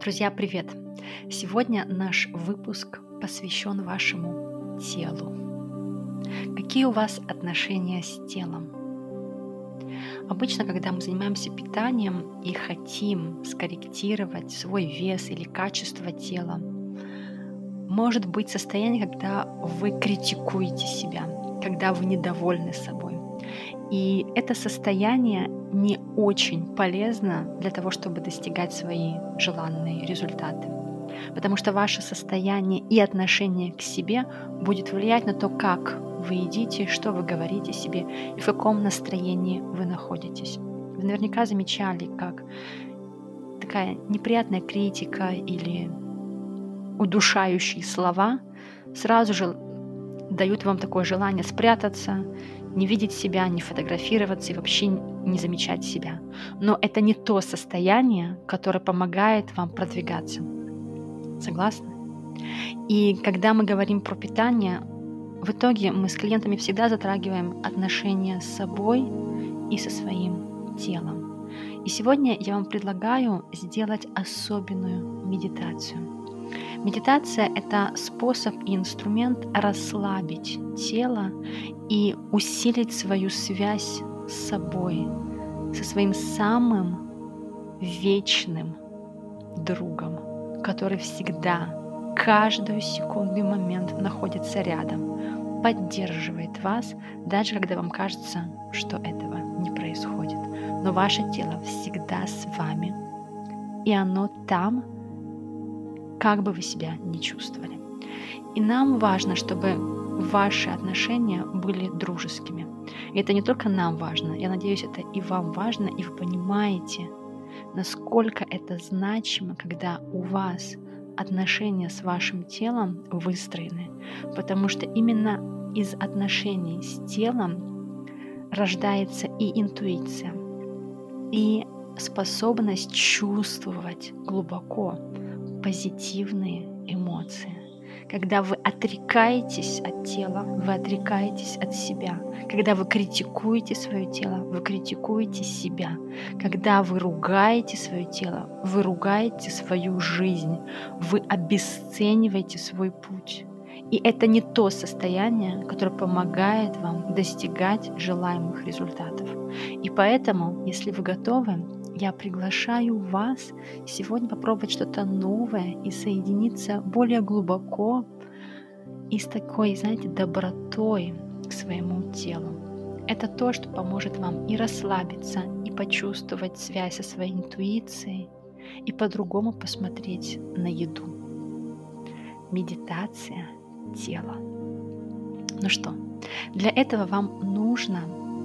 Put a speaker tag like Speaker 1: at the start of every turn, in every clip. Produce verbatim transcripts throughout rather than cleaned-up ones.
Speaker 1: Друзья, привет! Сегодня наш выпуск посвящен вашему телу. Какие у вас отношения с телом? Обычно, когда мы занимаемся питанием и хотим скорректировать свой вес или качество тела, может быть состояние, когда вы критикуете себя, когда вы недовольны собой. И это состояние не очень полезно для того, чтобы достигать свои желанные результаты. Потому что ваше состояние и отношение к себе будет влиять на то, как вы едите, что вы говорите себе и в каком настроении вы находитесь. Вы наверняка замечали, как такая неприятная критика или удушающие слова сразу же дают вам такое желание спрятаться, не видеть себя, не фотографироваться и вообще не замечать себя. Но это не то состояние, которое помогает вам продвигаться. Согласны? И когда мы говорим про питание, в итоге мы с клиентами всегда затрагиваем отношения с собой и со своим телом. И сегодня я вам предлагаю сделать особенную медитацию. Медитация — это способ и инструмент расслабить тело и усилить свою связь с собой, со своим самым вечным другом, который всегда, каждую секунду и момент находится рядом, поддерживает вас, даже когда вам кажется, что этого не происходит. Но ваше тело всегда с вами, и оно там, как бы вы себя ни чувствовали. И нам важно, чтобы ваши отношения были дружескими. И это не только нам важно, я надеюсь, это и вам важно, и вы понимаете, насколько это значимо, когда у вас отношения с вашим телом выстроены. Потому что именно из отношений с телом рождается и интуиция, и способность чувствовать глубоко позитивные эмоции. Когда вы отрекаетесь от тела, вы отрекаетесь от себя. Когда вы критикуете свое тело, вы критикуете себя. Когда вы ругаете свое тело, вы ругаете свою жизнь. Вы обесцениваете свой путь. И это не то состояние, которое помогает вам достигать желаемых результатов. И поэтому, если вы готовы, я приглашаю вас сегодня попробовать что-то новое и соединиться более глубоко и с такой, знаете, добротой к своему телу. Это то, что поможет вам и расслабиться, и почувствовать связь со своей интуицией, и по-другому посмотреть на еду. Медитация тела. Ну что, для этого вам нужно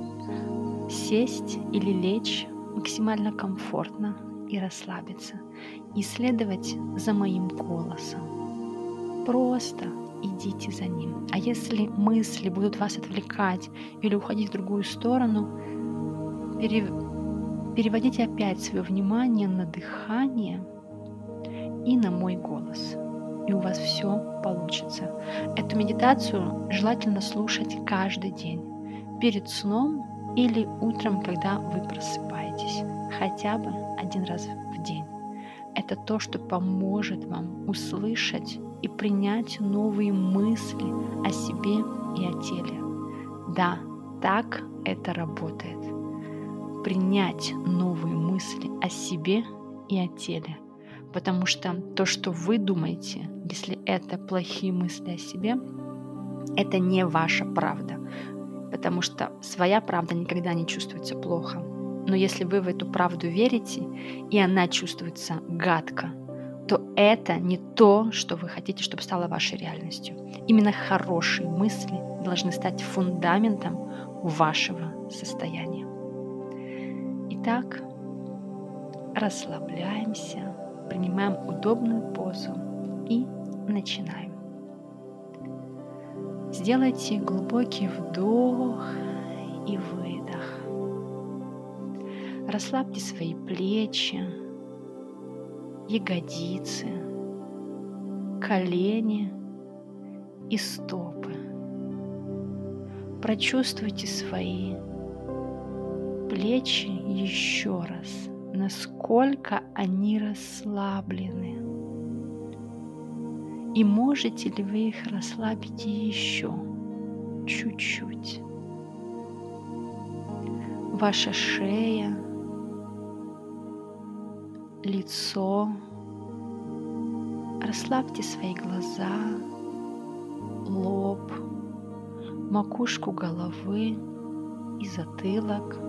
Speaker 1: сесть или лечь максимально комфортно и расслабиться, и следовать за моим голосом. Просто идите за ним. А если мысли будут вас отвлекать или уходить в другую сторону, пере... переводите опять свое внимание на дыхание и на мой голос. И у вас все получится. Эту медитацию желательно слушать каждый день, перед сном или утром, когда вы просыпаетесь, хотя бы один раз в день. Это то, что поможет вам услышать и принять новые мысли о себе и о теле. Да, так это работает. Принять новые мысли о себе и о теле. Потому что то, что вы думаете, если это плохие мысли о себе, это не ваша правда. Потому что своя правда никогда не чувствуется плохо. Но если вы в эту правду верите, и она чувствуется гадко, то это не то, что вы хотите, чтобы стало вашей реальностью. Именно хорошие мысли должны стать фундаментом вашего состояния. Итак, расслабляемся, принимаем удобную позу и начинаем. Сделайте глубокий вдох и выдох. Расслабьте свои плечи, ягодицы, колени и стопы. Прочувствуйте свои плечи еще раз. насколько они расслаблены. И можете ли вы их расслабить еще чуть-чуть? Ваша шея, лицо. Расслабьте свои глаза, лоб, макушку головы и затылок.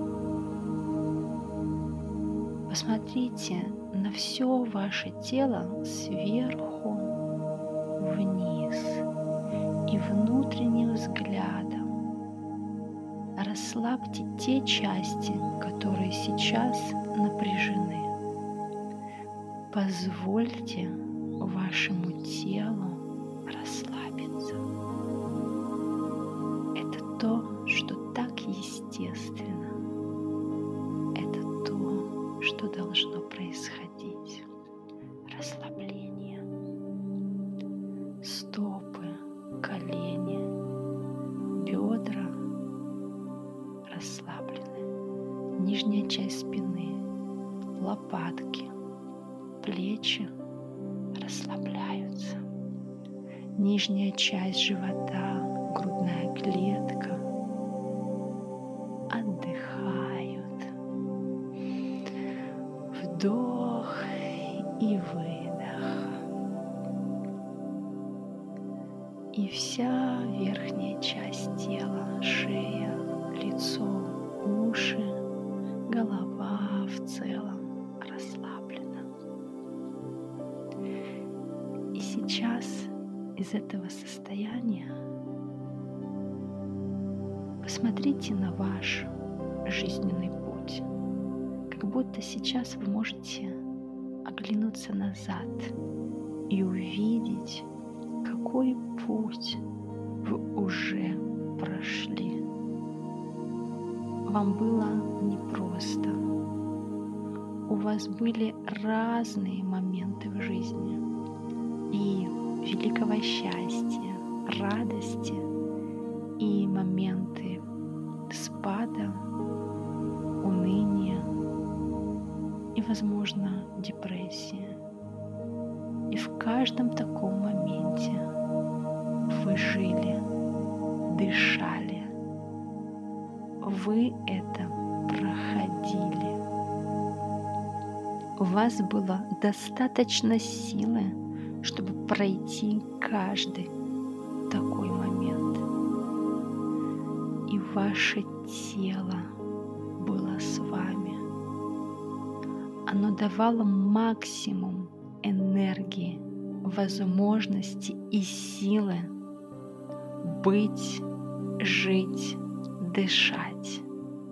Speaker 1: Посмотрите на все ваше тело сверху вниз и внутренним взглядом. Расслабьте те части, которые сейчас напряжены. Позвольте вашему телу расслабиться. Это то, что так естественно. Это то, что должно происходить. Расслабление. Стопы, колени, бедра расслаблены. Нижняя часть спины, лопатки, плечи расслабляются. Нижняя часть живота, грудная клетка отдыхают. Вдох и выдох. И вся верхняя часть тела, шея, лицо, уши, голова в целом расслаблена. И сейчас из этого состояния посмотрите на ваш жизненный путь, как будто сейчас вы можете оглянуться назад и увидеть, какой путь вы уже прошли. Вам было непросто. У вас были разные моменты в жизни и великого счастья, радости, и моменты спада, уныния и, возможно, депрессии. И в каждом таком моменте вы жили, дышали. Вы это проходили. У вас было достаточно силы, чтобы пройти каждый такой момент. И ваше тело было с вами. Оно давало максимум энергии, возможности и силы быть, жить, дышать.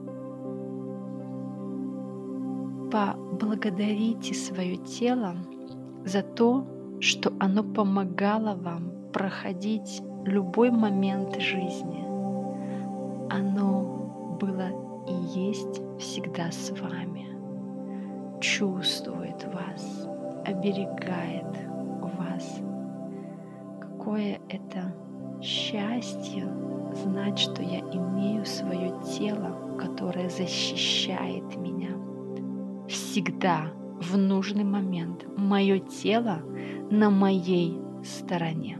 Speaker 1: Поблагодарите свое тело за то, что оно помогало вам проходить любой момент жизни. Оно было и есть всегда с вами, чувствует вас, оберегает вас. Какое это счастье знать, что я имею свое тело, которое защищает меня. Всегда в нужный момент мое тело на моей стороне.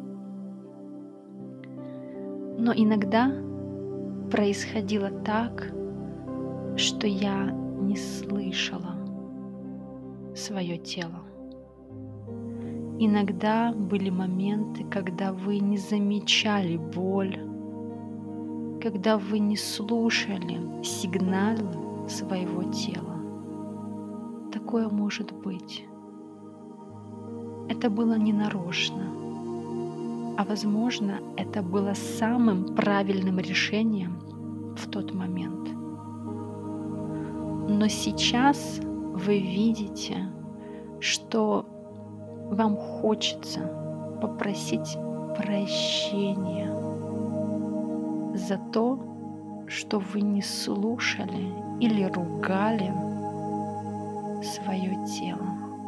Speaker 1: Но иногда происходило так, что я не слышала свое тело. Иногда были моменты, когда вы не замечали боль, когда вы не слушали сигналы своего тела. Такое может быть. Это было не нарочно, а возможно, это было самым правильным решением в тот момент. Но сейчас вы видите, что вам хочется попросить прощения за то, что вы не слушали или ругали свое тело.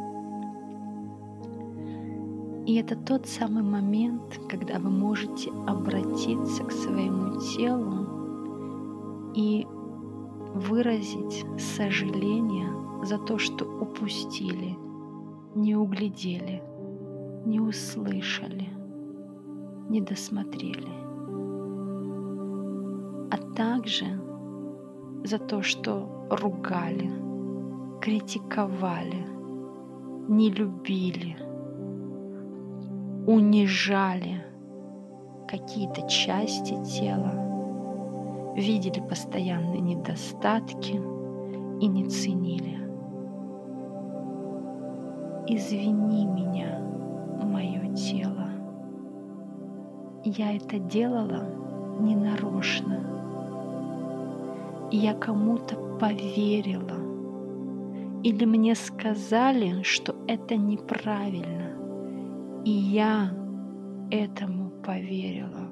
Speaker 1: И это тот самый момент, когда вы можете обратиться к своему телу и выразить сожаление за то, что упустили, не углядели, не услышали, не досмотрели. А также за то, что ругали, критиковали, не любили, унижали какие-то части тела, видели постоянные недостатки и не ценили. Извини меня, мое тело. Я это делала ненарочно. Я кому-то поверила. Или мне сказали, что это неправильно. И я этому поверила.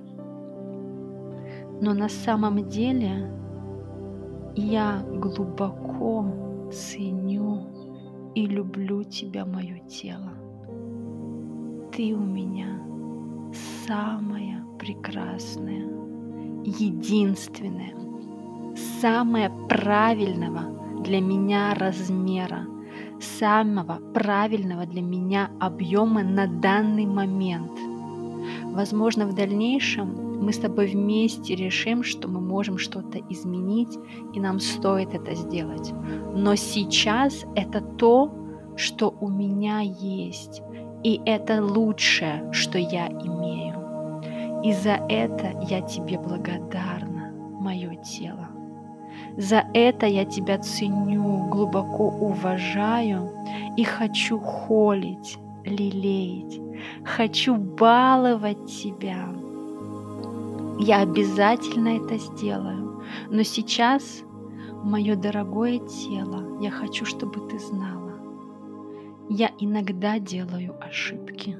Speaker 1: Но на самом деле я глубоко ценю и люблю тебя, мое тело. Ты у меня самая прекрасная, единственная, самая правильного для меня размера, самого правильного для меня объема на данный момент. Возможно, в дальнейшем мы с тобой вместе решим, что мы можем что-то изменить, и нам стоит это сделать. Но сейчас это то, что у меня есть, и это лучшее, что я имею. И за это я тебе благодарна, мое тело. За это я тебя ценю, глубоко уважаю и хочу холить, лелеять. Хочу баловать тебя. Я обязательно это сделаю. Но сейчас, мое дорогое тело, я хочу, чтобы ты знала, я иногда делаю ошибки.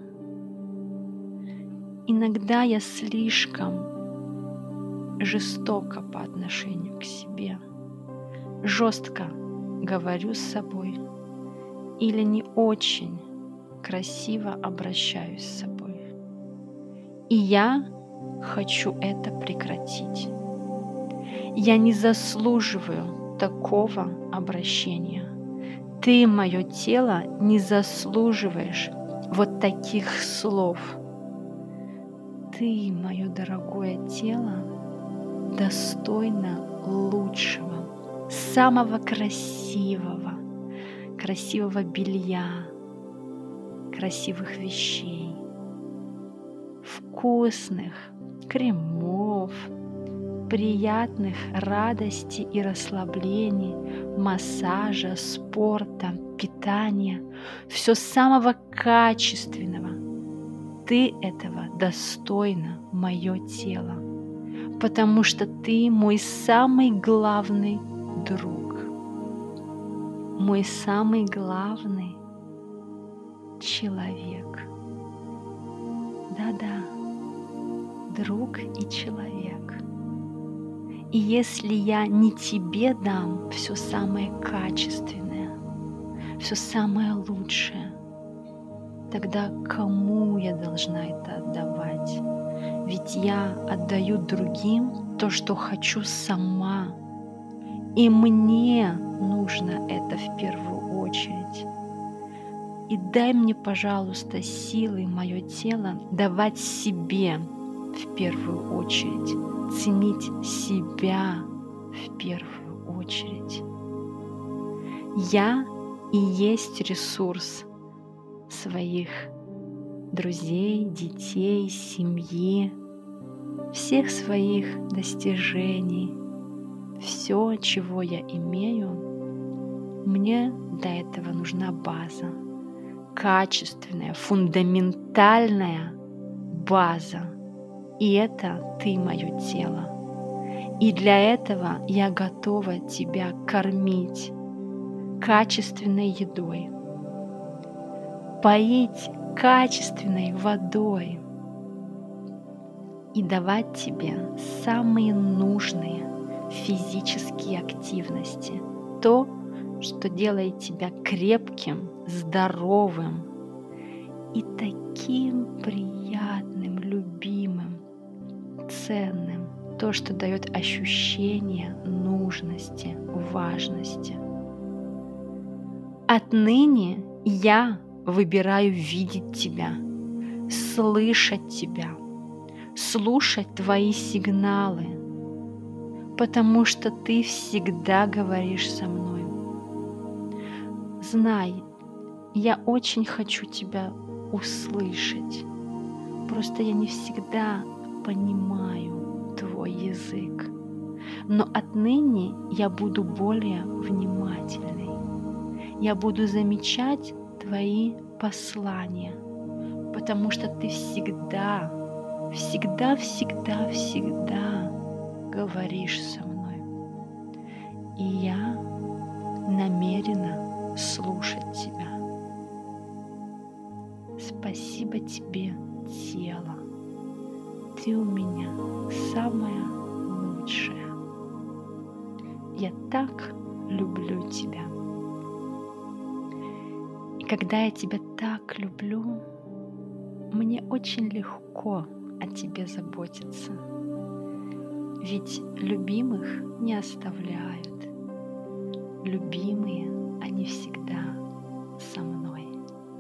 Speaker 1: Иногда я слишком жестоко по отношению к себе, жестко говорю с собой или не очень красиво обращаюсь с собой. И я хочу это прекратить. Я не заслуживаю такого обращения. Ты, мое тело, не заслуживаешь вот таких слов. Ты, мое дорогое тело, достойна лучшего, самого красивого, красивого белья, красивых вещей, вкусных кремов, приятных радости и расслаблений, массажа, спорта, питания, все самого качественного. Ты этого достойна, мое тело, потому что ты мой самый главный друг, мой самый главный человек. Да-да, друг и человек. И если я не тебе дам все самое качественное, все самое лучшее, тогда кому я должна это отдавать? Ведь я отдаю другим то, что хочу сама. И мне нужно это в первую очередь. И дай мне, пожалуйста, силы, мое тело, давать себе в первую очередь, ценить себя в первую очередь. Я и есть ресурс своих друзей, детей, семьи, всех своих достижений, все, чего я имею. Мне для этого нужна база, качественная, фундаментальная база. И это ты, мое тело. И для этого я готова тебя кормить качественной едой, поить качественной водой и давать тебе самые нужные физические активности. То, что делает тебя крепким, здоровым и таким приятным, любимым, ценным. То, что дает ощущение нужности, важности. Отныне я выбираю видеть Тебя, слышать Тебя, слушать Твои сигналы, потому что Ты всегда говоришь со мной. Знай, я очень хочу Тебя услышать, просто я не всегда понимаю Твой язык. Но отныне я буду более внимательной. Я буду замечать Твои послания, потому что Ты всегда, всегда, всегда, всегда говоришь со мной. И я намерена слушать Тебя. Спасибо Тебе, тело. Ты у меня самое лучшее. Я так люблю Тебя. И когда я Тебя так люблю, мне очень легко о Тебе заботиться. Ведь любимых не оставляют. Любимые, они всегда со мной.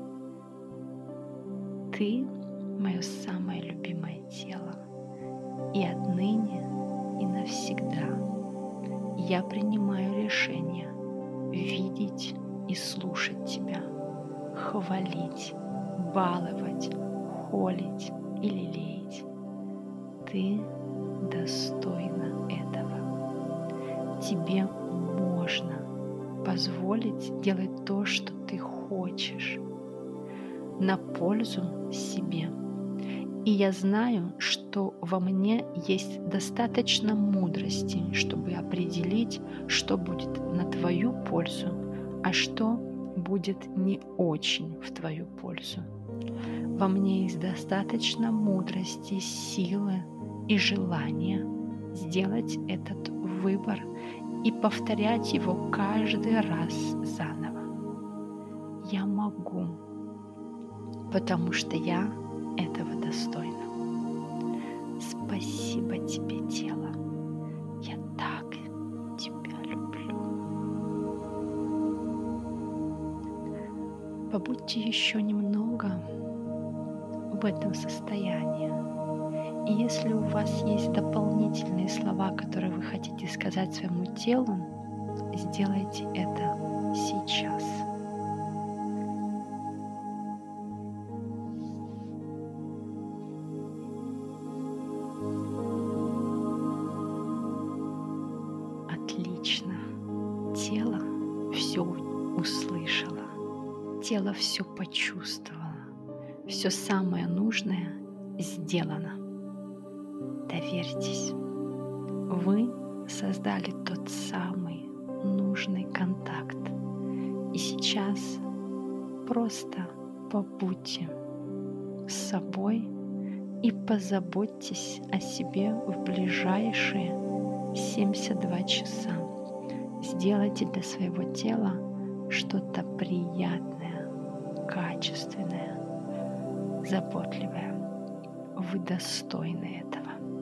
Speaker 1: Ты мое самое любимое тело. И отныне, и навсегда я принимаю решение видеть и слушать Тебя, хвалить, баловать, холить и лелеять. Ты достойна этого. Тебе можно позволить делать то, что ты хочешь, на пользу себе. И я знаю, что во мне есть достаточно мудрости, чтобы определить, что будет на твою пользу, а что будет не очень в твою пользу. Во мне есть достаточно мудрости, силы и желания сделать этот выбор и повторять его каждый раз заново. Я могу, потому что я этого достойна. Спасибо тебе, тело. Я так тебя люблю. Побудьте еще немного в этом состоянии. И если у вас есть дополнительные слова, которые вы хотите сказать своему телу, сделайте это сейчас. Отлично. Тело все услышало. Тело все почувствовало. Все самое нужное сделано. Доверьтесь. Вы создали тот самый нужный контакт. И сейчас просто побудьте с собой и позаботьтесь о себе в ближайшие семьдесят два часа. Сделайте для своего тела что-то приятное, качественное, заботливое. Вы достойны этого.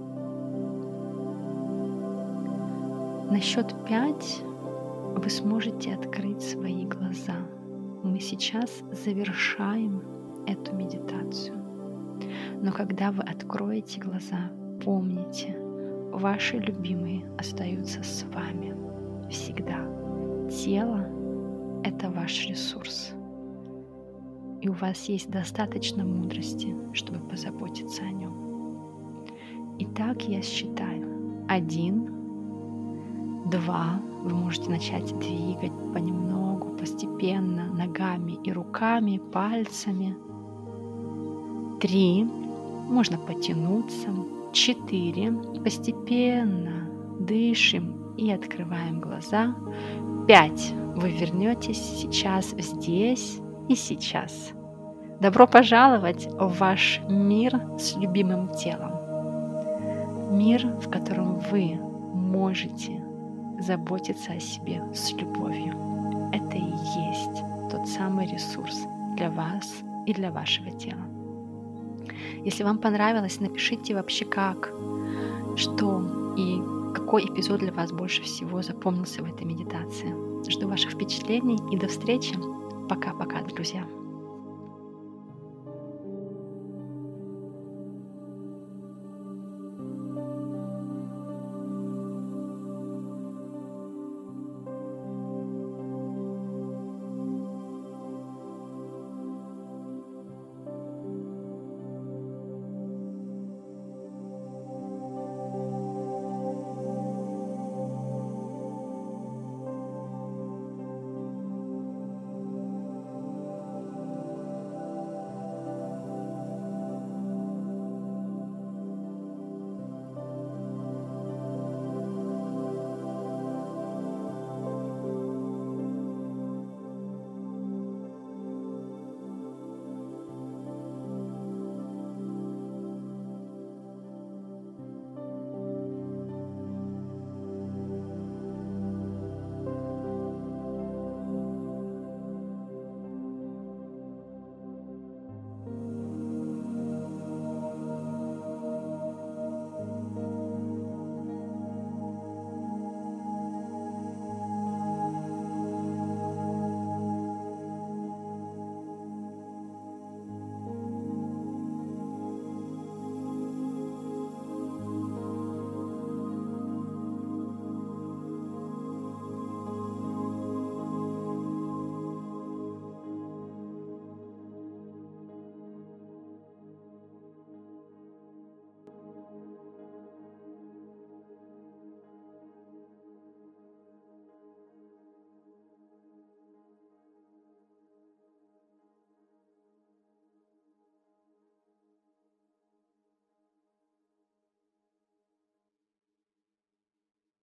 Speaker 1: На счет пять вы сможете открыть свои глаза. Мы сейчас завершаем эту медитацию. Но когда вы откроете глаза, помните, ваши любимые остаются с вами всегда. Тело — это ваш ресурс. И у вас есть достаточно мудрости, чтобы позаботиться о нем. Итак, я считаю. Один, два. Вы можете начать двигать понемногу, постепенно, ногами и руками, пальцами. Три. Можно потянуться. Четыре. Постепенно дышим и открываем глаза. Пять. Вы вернетесь сейчас здесь и сейчас. Добро пожаловать в ваш мир с любимым телом. Мир, в котором вы можете заботиться о себе с любовью. Это и есть тот самый ресурс для вас и для вашего тела. Если вам понравилось, напишите вообще как, что и какой эпизод для вас больше всего запомнился в этой медитации. Жду ваших впечатлений и до встречи. Пока-пока, друзья.